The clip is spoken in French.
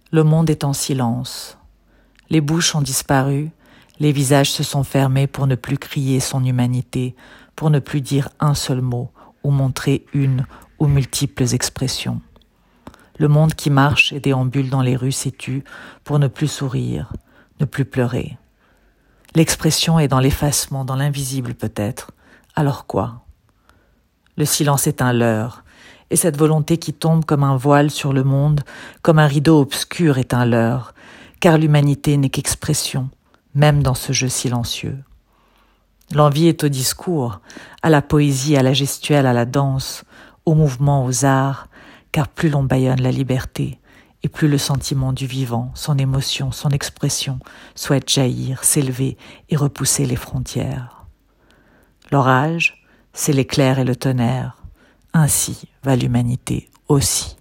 Le monde est en silence. Les bouches ont disparu, les visages se sont fermés pour ne plus crier son humanité, pour ne plus dire un seul mot ou montrer une ou multiples expressions. Le monde qui marche et déambule dans les rues s'est tu pour ne plus sourire, ne plus pleurer. L'expression est dans l'effacement, dans l'invisible peut-être. Alors quoi ? Le silence est un leurre, et cette volonté qui tombe comme un voile sur le monde, comme un rideau obscur est un leurre, car l'humanité n'est qu'expression, même dans ce jeu silencieux. L'envie est au discours, à la poésie, à la gestuelle, à la danse, au mouvement, aux arts, car plus l'on bâillonne la liberté, et plus le sentiment du vivant, son émotion, son expression, souhaite jaillir, s'élever et repousser les frontières. L'orage, c'est l'éclair et le tonnerre. Ainsi va l'humanité aussi.